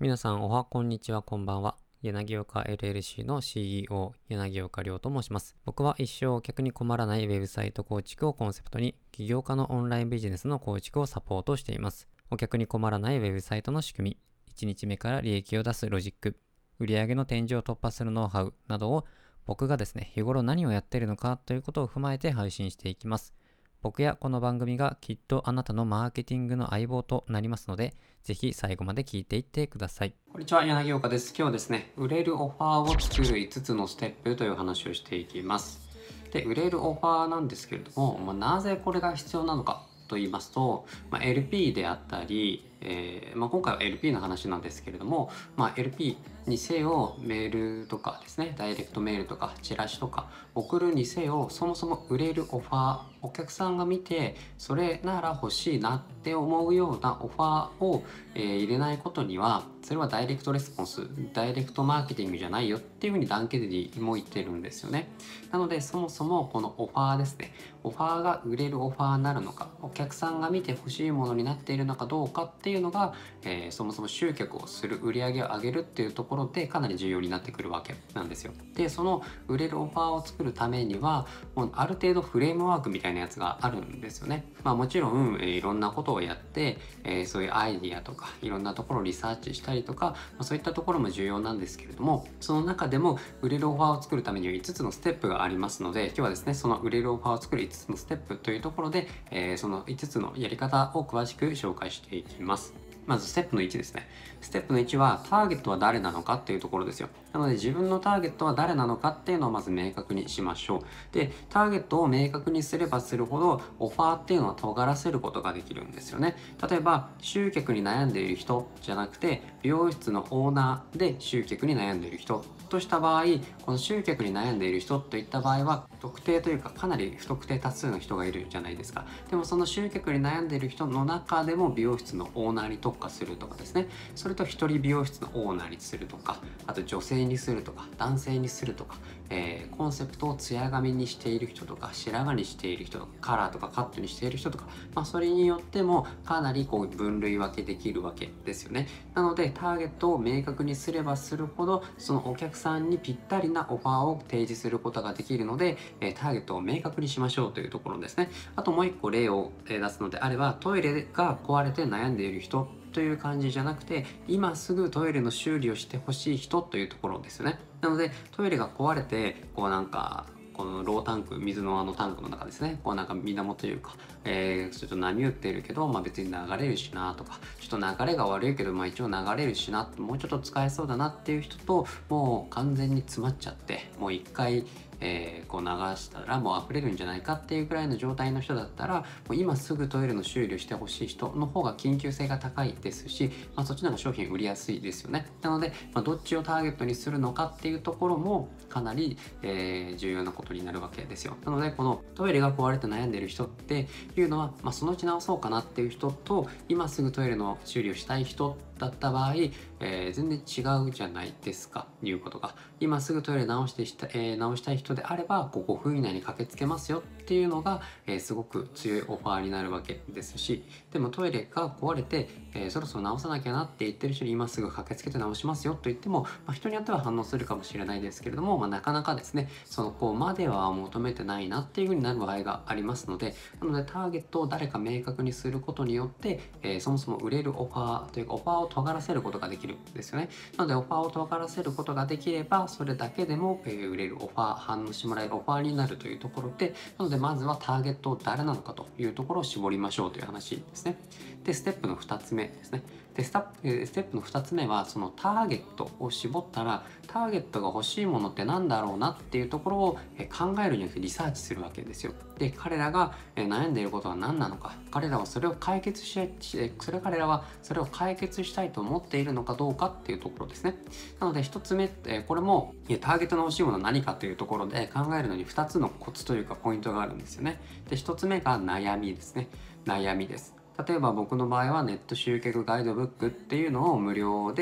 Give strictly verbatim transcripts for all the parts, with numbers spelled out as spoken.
皆さんおはこんにちは、こんばんは。柳岡 エルエルシー の シーイーオー 柳岡亮と申します。僕は一生お客に困らないウェブサイト構築をコンセプトに起業家のオンラインビジネスの構築をサポートしています。お客に困らないウェブサイトの仕組み、いちにちめから利益を出すロジック、売上の天井を突破するノウハウなどを僕がですね、日頃何をやっているのかということを踏まえて配信していきます。僕やこの番組がきっとあなたのマーケティングの相棒となりますので、ぜひ最後まで聞いていってください。こんにちは、柳岡です。今日はですね、売れるオファーを作るいつつのステップという話をしていきます。で、売れるオファーなんですけれども、まあ、なぜこれが必要なのかと言いますと、まあ、エルピー であったり、えーまあ、今回は エルピー の話なんですけれども、まあ、エルピー にせよメールとかですね、ダイレクトメールとかチラシとか送るにせよ、そもそも売れるオファー、お客さんが見てそれなら欲しいなって思うようなオファーを、えー入れないことには、それはダイレクトレスポンス、ダイレクトマーケティングじゃないよっていうふうに断言にも言ってるんですよね。なのでそもそもこのオファーですね、オファーが売れるオファーになるのか、お客さんが見て欲しいものになっているのかどうかっていうのが、えーそもそも集客をする、売り上げを上げるっていうところでかなり重要になってくるわけなんですよ。で、その売れるオファーを作るためには、もうある程度フレームワークみたいなやつがあるんですよね。まあもちろん、えーいろんなことをやって、えーそういうアイディアとかいろんなところをリサーチしたりとか、まあ、そういったところも重要なんですけれども、その中でも売れるオファーを作るためにはいつつのステップがありますので、今日はですね、その売れるオファーを作るいつつのステップというところで、えーそのいつつのやり方を詳しく紹介していきます。まずステップのいちですね。ステップのいちはターゲットは誰なのかっていうところですよ。なので自分のターゲットは誰なのかっていうのをまず明確にしましょう。で、ターゲットを明確にすればするほどオファーっていうのは尖らせることができるんですよね。例えば集客に悩んでいる人じゃなくて、美容室のオーナーで集客に悩んでいる人とした場合、この集客に悩んでいる人といった場合は特定というかかなり不特定多数の人がいるじゃないですか。でもその集客に悩んでいる人の中でも美容室のオーナーに特化するとかですね、それと一人美容室のオーナーにするとか、あと女性にするとか男性にするとか、えーコンセプトを艶髪にしている人とか白髪にしている人とかカラーとかカットにしている人とか、まあ、それによってもかなりこう分類分けできるわけですよね。なのでターゲットを明確にすればするほど、そのお客さんにぴったりなオファーを提示することができるので、えーターゲットを明確にしましょうというところですね。あともう一個例をえー出すのであれば、トイレが壊れて悩んでいる人という感じじゃなくて、今すぐトイレの修理をしてほしい人というところですよね。なのでトイレが壊れてこうなんかこのロータンク、水のあのタンクの中ですね、こうなんか水面というか、えー、ちょっと波打ってるけど、まあ、別に流れるしなとか、ちょっと流れが悪いけど、まあ、一応流れるしな、もうちょっと使えそうだなっていう人と、もう完全に詰まっちゃって、もう一回えーこう流したらもう溢れるんじゃないかっていうくらいの状態の人だったら、もう今すぐトイレの修理をしてほしい人の方が緊急性が高いですし、まあ、そっちの方が商品売りやすいですよね。なので、まあ、どっちをターゲットにするのかっていうところもかなり、えー重要なことになるわけですよ。なのでこのトイレが壊れて悩んでいる人っていうのは、まあ、そのうち直そうかなっていう人と、今すぐトイレの修理をしたい人だった場合、えー全然違うじゃないですか、いうことが。今すぐトイレ直してした、えー直したい人であれば、こうごふん以内に駆けつけますよっていうのが、えーすごく強いオファーになるわけですし、でもトイレが壊れて、えーそろそろ直さなきゃなって言ってる人に今すぐ駆けつけて直しますよと言っても、まあ、人によっては反応するかもしれないですけれども、まあ、なかなかですね、そのこうまでは求めてないなっていう風になる場合がありますので、なのでターゲットを誰か明確にすることによって、えーそもそも売れるオファーというかオファーを尖らせることができるんですよね。なのでオファーを尖らせることができれば、それだけでも、えー売れるオファー、反応してもらえるオファーになるというところで、なのでまずはターゲットを誰なのかというところを絞りましょうという話ですね。で、ステップのふたつめですね。でスタえーステップのふたつめは、そのターゲットを絞ったら、ターゲットが欲しいものって何だろうなっていうところをえー考えるんじゃなくてリサーチするわけですよ。で、彼らがえー悩んでいることは何なのか、彼らはそれを解決ししそれ彼らはそれを解決したいと思っているのかどうかっていうところですね。なのでひとつめ、えーこれもえーターゲットの欲しいものは何かというところで考えるのにふたつのコツというかポイントがあるんですよね。で、ひとつめが悩みですね。悩みです。例えば僕の場合はネット集客ガイドブックっていうのを無料で、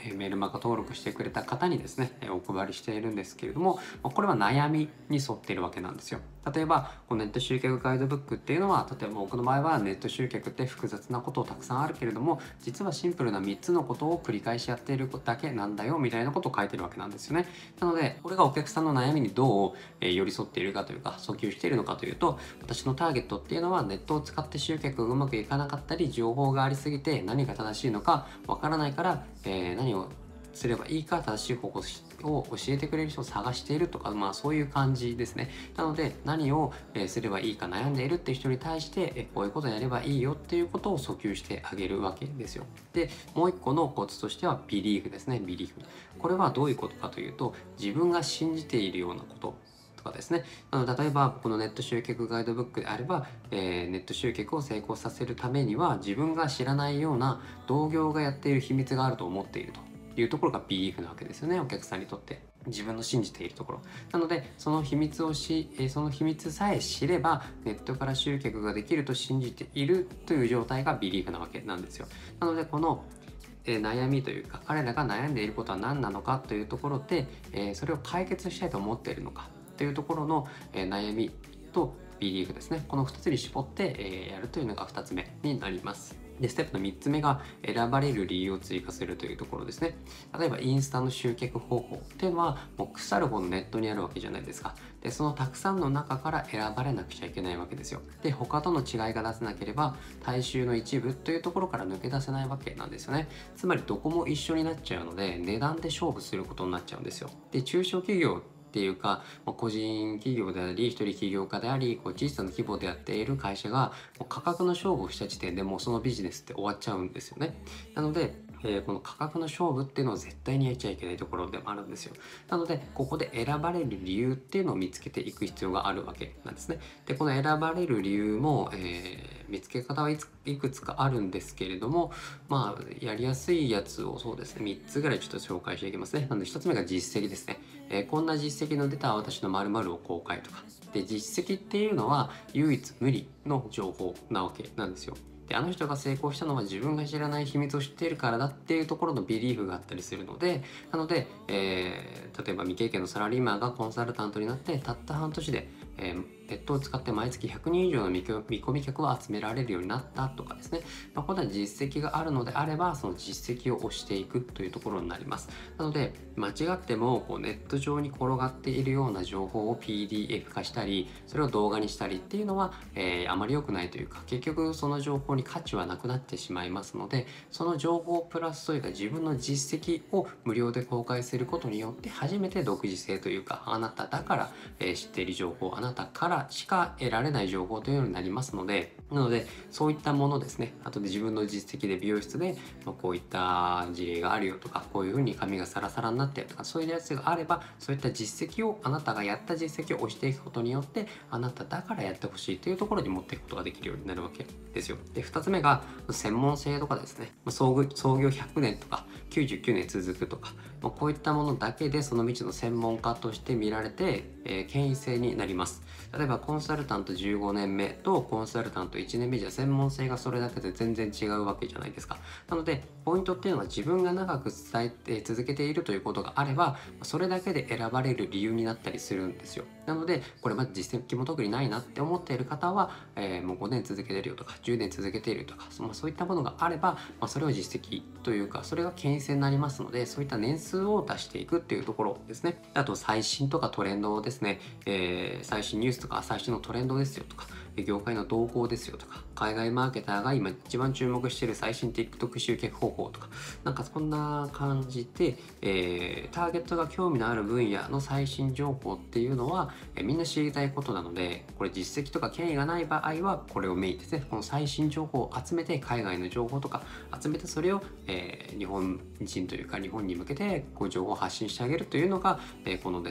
えメルマガ登録してくれた方にですね、えお配りしているんですけれども、これは悩みに沿っているわけなんですよ。例えば、このネット集客ガイドブックっていうのは、例えば僕の場合はネット集客って複雑なことをたくさんあるけれども、実はシンプルなみっつのことを繰り返しやっているだけなんだよみたいなことを書いてるわけなんですよね。なので、これがお客さんの悩みにどう、え寄り添っているかというか、訴求しているのかというと、私のターゲットっていうのはネットを使って集客がうまくいかなかったり、情報がありすぎて何が正しいのかわからないから、えー、何をすればいいか正しい方法を教えてくれる人を探しているとか、まあそういう感じですね。なので何をすればいいか悩んでいるっていう人に対して、えこういうことやればいいよっていうことを訴求してあげるわけですよ。で、もう一個のコツとしてはビリーフですね。ビリーフ。これはどういうことかというと、自分が信じているようなこととかですね。あの例えばこのネット集客ガイドブックであれば、えー、ネット集客を成功させるためには自分が知らないような同業がやっている秘密があると思っているというところがビリーフなわけですよね、お客さんにとって。自分の信じているところなので、その秘密をし、えー、その秘密さえ知ればネットから集客ができると信じているという状態がビリーフなわけなんですよ。なのでこのえー、悩みというか、彼らが悩んでいることは何なのかというところで、えー、それを解決したいと思っているのかというところの、えー、悩みとビリーフですね、このふたつに絞って、えー、やるというのがふたつめになります。で、ステップのみっつめが選ばれる理由を追加するというところですね。例えばインスタの集客方法っていうのはもう腐るほどネットにあるわけじゃないですか。で、そのたくさんの中から選ばれなくちゃいけないわけですよ。で、他との違いが出せなければ大衆の一部というところから抜け出せないわけなんですよね。つまりどこも一緒になっちゃうので、値段で勝負することになっちゃうんですよ。で、中小企業っていうか、個人企業であり、一人起業家であり、こう小さな規模でやっている会社がもう価格の勝負をした時点でもうそのビジネスって終わっちゃうんですよね。なので、えー、この価格の勝負っていうのを絶対にやっちゃいけないところでもあるんですよ。なので、ここで選ばれる理由っていうのを見つけていく必要があるわけなんですね。で、この選ばれる理由も、えー、見つけ方はいくつかあるんですけれども、まあ、やりやすいやつをそうですね、みっつぐらいちょっと紹介していきますね。なので、ひとつめが実績ですね。えー、こんな実績の出た私の〇〇を公開とか。で、実績っていうのは唯一無二の情報なわけなんですよ。で、あの人が成功したのは自分が知らない秘密を知っているからだっていうところのビリーフがあったりするので、なので、えー、例えば未経験のサラリーマンがコンサルタントになってたった半年で、えー、ネットを使って毎月ひゃくにん以上の見込み客を集められるようになったとかですね、まあ、こんな実績があるのであればその実績を押していくというところになります。なので間違ってもこうネット上に転がっているような情報を ピーディーエフ 化したり、それを動画にしたりっていうのは、えー、あまり良くないというか、結局その情報に価値はなくなってしまいますので、その情報プラスというか自分の実績を無料で公開することによって初めて独自性というか、あなただから、えー、知っている情報、あなたからしか得られない情報というようになりますので、なのでそういったものですね、あとで自分の実績で美容室で、まあ、こういった事例があるよとか、こういうふうに髪がサラサラになってるとか、そういうやつがあれば、そういった実績を、あなたがやった実績を押していくことによって、あなただからやってほしいというところに持っていくことができるようになるわけですよ。で、ふたつめが専門性とかですね、創業創業ひゃくねんとかきゅうじゅうきゅうねん続くとか、まあ、こういったものだけでその道の専門家として見られて、えー、権威性になります。例えばコンサルタントじゅうごねんめとコンサルタントいちねんめじゃ専門性がそれだけで全然違うわけじゃないですか。なのでポイントっていうのは自分が長く伝えて続けているということがあれば、それだけで選ばれる理由になったりするんですよ。なのでこれまで実績も特にないなって思っている方は、えー、もうごねん続けているよとかじゅうねん続けているとか、まあ、そういったものがあれば、まあ、それを実績というかそれが権威性になりますので、そういった年数を出していくっていうところですね。あと最新とかトレンドですね、えー、最新ニュースとか最新のトレンドですよとか、業界の動向ですよとか、海外マーケターが今一番注目している最新 TikTok 集客方法とか、なんかそんな感じで、えー、ターゲットが興味のある分野の最新情報っていうのは、えー、みんな知りたいことなので、これ実績とか権威がない場合はこれをメインですね。この最新情報を集めて、海外の情報とか集めて、それを、えー、日本人というか日本に向けてこう情報を発信してあげるというのが、えー、このですね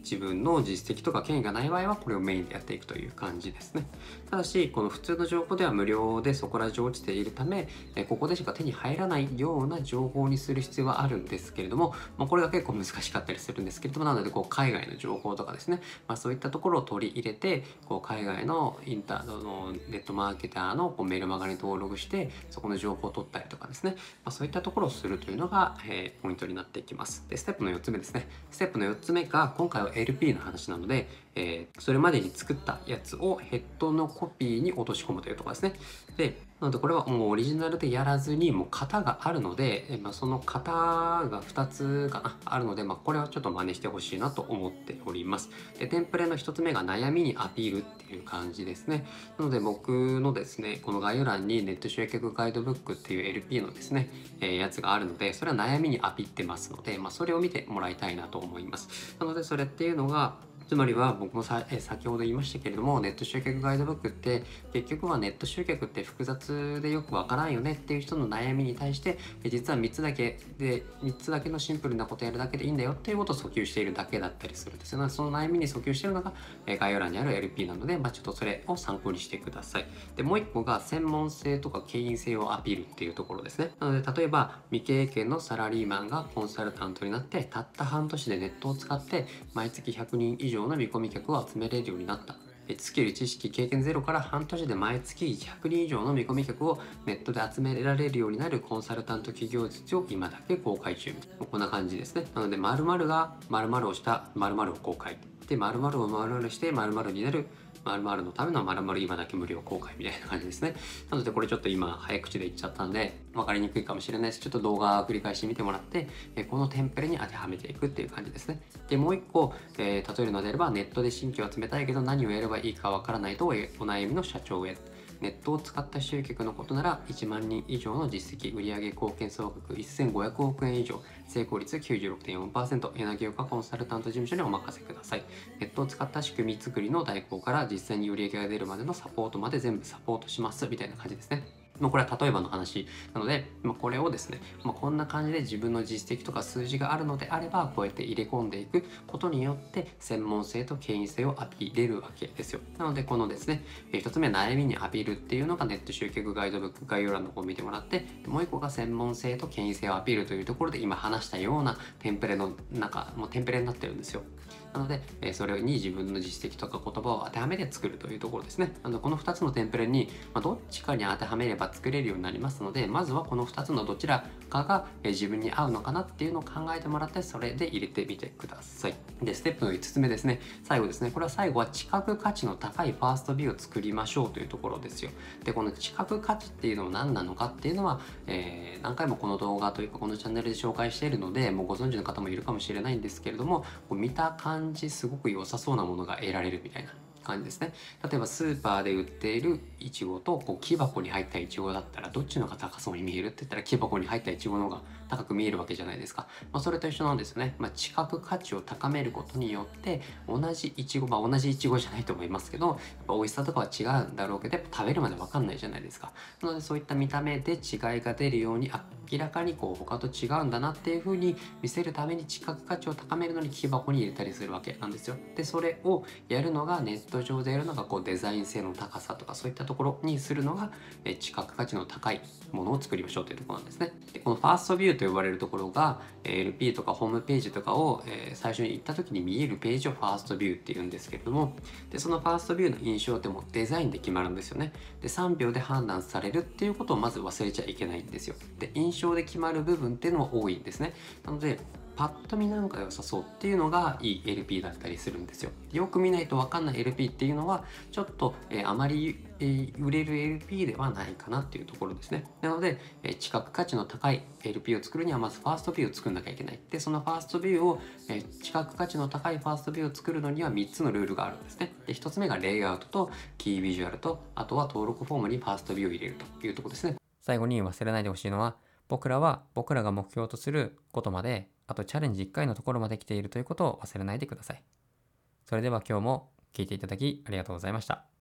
自分の実績とか権威がない場合はこれをメインでやっていくという感じですね。ただしこの普通の情報では無料でそこら中落ちているため、えここでしか手に入らないような情報にする必要はあるんですけれども、まあ、これが結構難しかったりするんですけれども、なのでこう海外の情報とかですね、まあ、そういったところを取り入れてこう海外のインターのネットマーケターのこうメルマガに登録してそこの情報を取ったりとかですね、まあ、そういったところをするというのが、えー、ポイントになっていきます。でステップのよっつめですね。ステップのよっつめが今回は エルピー の話なので、えー、それまでに作ったやつをヘッドのコピーに落とし込むというところですね。でなのでこれはもうオリジナルでやらずにもう型があるので、えまあ、その型がふたつかなあるので、まあ、これはちょっと真似してほしいなと思っております。でテンプレのひとつめが悩みにアピールっていう感じですね。なので僕のですねこの概要欄にネット集客ガイドブックっていう エルピー のですね、えー、やつがあるので、それは悩みにアピってますので、まあ、それを見てもらいたいなと思います。なのでそれっていうのがつまりは僕もさえ先ほど言いましたけれども、ネット集客ガイドブックって結局はネット集客って複雑でよくわからんよねっていう人の悩みに対して実はみっつだけでみっつだけのシンプルなことやるだけでいいんだよっていうことを訴求しているだけだったりするんですよね。その悩みに訴求しているのが概要欄にある エルピー なので、まあ、ちょっとそれを参考にしてください。でもう一個が専門性とか権威性をアピールっていうところですね。なので例えば未経験のサラリーマンがコンサルタントになってたった半年でネットを使って毎月ひゃくにん以上の見込み客を集めれるようになった。スキル、知識、経験ゼロから半年で毎月ひゃくにん以上の見込み客をネットで集められるようになるコンサルタント企業術を今だけ公開中。こんな感じですね。なので、〇〇が〇〇をした〇〇を公開。で、〇〇を〇〇して〇〇になる〇〇のための〇〇今だけ無料公開みたいな感じですね。なのでこれちょっと今早口で言っちゃったんで分かりにくいかもしれないです。ちょっと動画繰り返し見てもらってこのテンプレに当てはめていくっていう感じですね。でもう一個、えー、例えるのであればネットで新規を集めたいけど何をやればいいか分からないとお悩みの社長へ。ネットを使った集客のことならいちまんにん以上の実績、売上貢献総額せんごひゃくおくえん以上、成功率 きゅうじゅうろくてんよんパーセント、柳岡コンサルタント事務所にお任せください。ネットを使った仕組み作りの代行から実際に売上が出るまでのサポートまで全部サポートしますみたいな感じですね。まあ、これは例えばの話なので、まあ、これをですね、まあ、こんな感じで自分の実績とか数字があるのであればこうやって入れ込んでいくことによって専門性と権威性をアピールれるわけですよ。なのでこのですねひとつめ悩みにアピールっていうのがネット集客ガイドブック概要欄の方を見てもらって、もう一個が専門性と権威性をアピールというところで今話したようなテンプレの中もうテンプレになってるんですよ。なので、えー、それに自分の実績とか言葉を当てはめて作るというところですね。なのでこのふたつのテンプレに、まあ、どっちかに当てはめれば作れるようになりますので、まずはこのふたつのどちらかが、えー、自分に合うのかなっていうのを考えてもらってそれで入れてみてください。でステップのいつつめですね、最後ですね。これは最後は知覚価値の高いファーストビューを作りましょうというところですよ。でこの知覚価値っていうのは何なのかっていうのは、えー、何回もこの動画というかこのチャンネルで紹介しているのでもうご存知の方もいるかもしれないんですけれども、こう見た感じすごく良さそうなものが得られるみたいな感じですね。例えばスーパーで売っているイチゴとこう木箱に入ったイチゴだったらどっちのが高そうに見えるって言ったら木箱に入ったイチゴの方が高く見えるわけじゃないですか。まあ、それと一緒なんですよね。まあ、知覚価値を高めることによって同じイチゴ、まあ同じイチゴじゃないと思いますけど、やっぱ美味しさとかは違うんだろうけど、やっぱ食べるまで分かんないじゃないですか。なのでそういった見た目で違いが出るように明らかにこう他と違うんだなっていう風に見せるために知覚価値を高めるのに木箱に入れたりするわけなんですよ。でそれをやるのがネット上でやるのがこうデザイン性の高さとかそういったところにするのがえ知覚価値の高いものを作りましょうというところなんですね。でこのファーストビューと呼ばれるところが エルピー とかホームページとかを、えー、最初に行った時に見えるページをファーストビューっていうんですけれども、でそのファーストビューの印象ってもうデザインで決まるんですよね。でさんびょうで判断されるっていうことをまず忘れちゃいけないんですよ。で印象で決まる部分っていうのも多いんですね。なのでパッと見なんか良さそうっていうのがいい エルピー だったりするんですよ。よく見ないと分かんない エルピー っていうのはちょっと、えー、あまり、えー、売れる エルピー ではないかなっていうところですね。なので、えー、知覚価値の高い エルピー を作るにはまずファーストビューを作んなきゃいけない。でそのファーストビューを、えー、知覚価値の高いファーストビューを作るのにはみっつのルールがあるんですね。でひとつめがレイアウトとキービジュアルと、あとは登録フォームにファーストビューを入れるというところですね。最後に忘れないでほしいのは、僕らは僕らが目標とすることまで、あとチャレンジいっかいのところまで来ているということを忘れないでください。それでは今日も聞いていただきありがとうございました。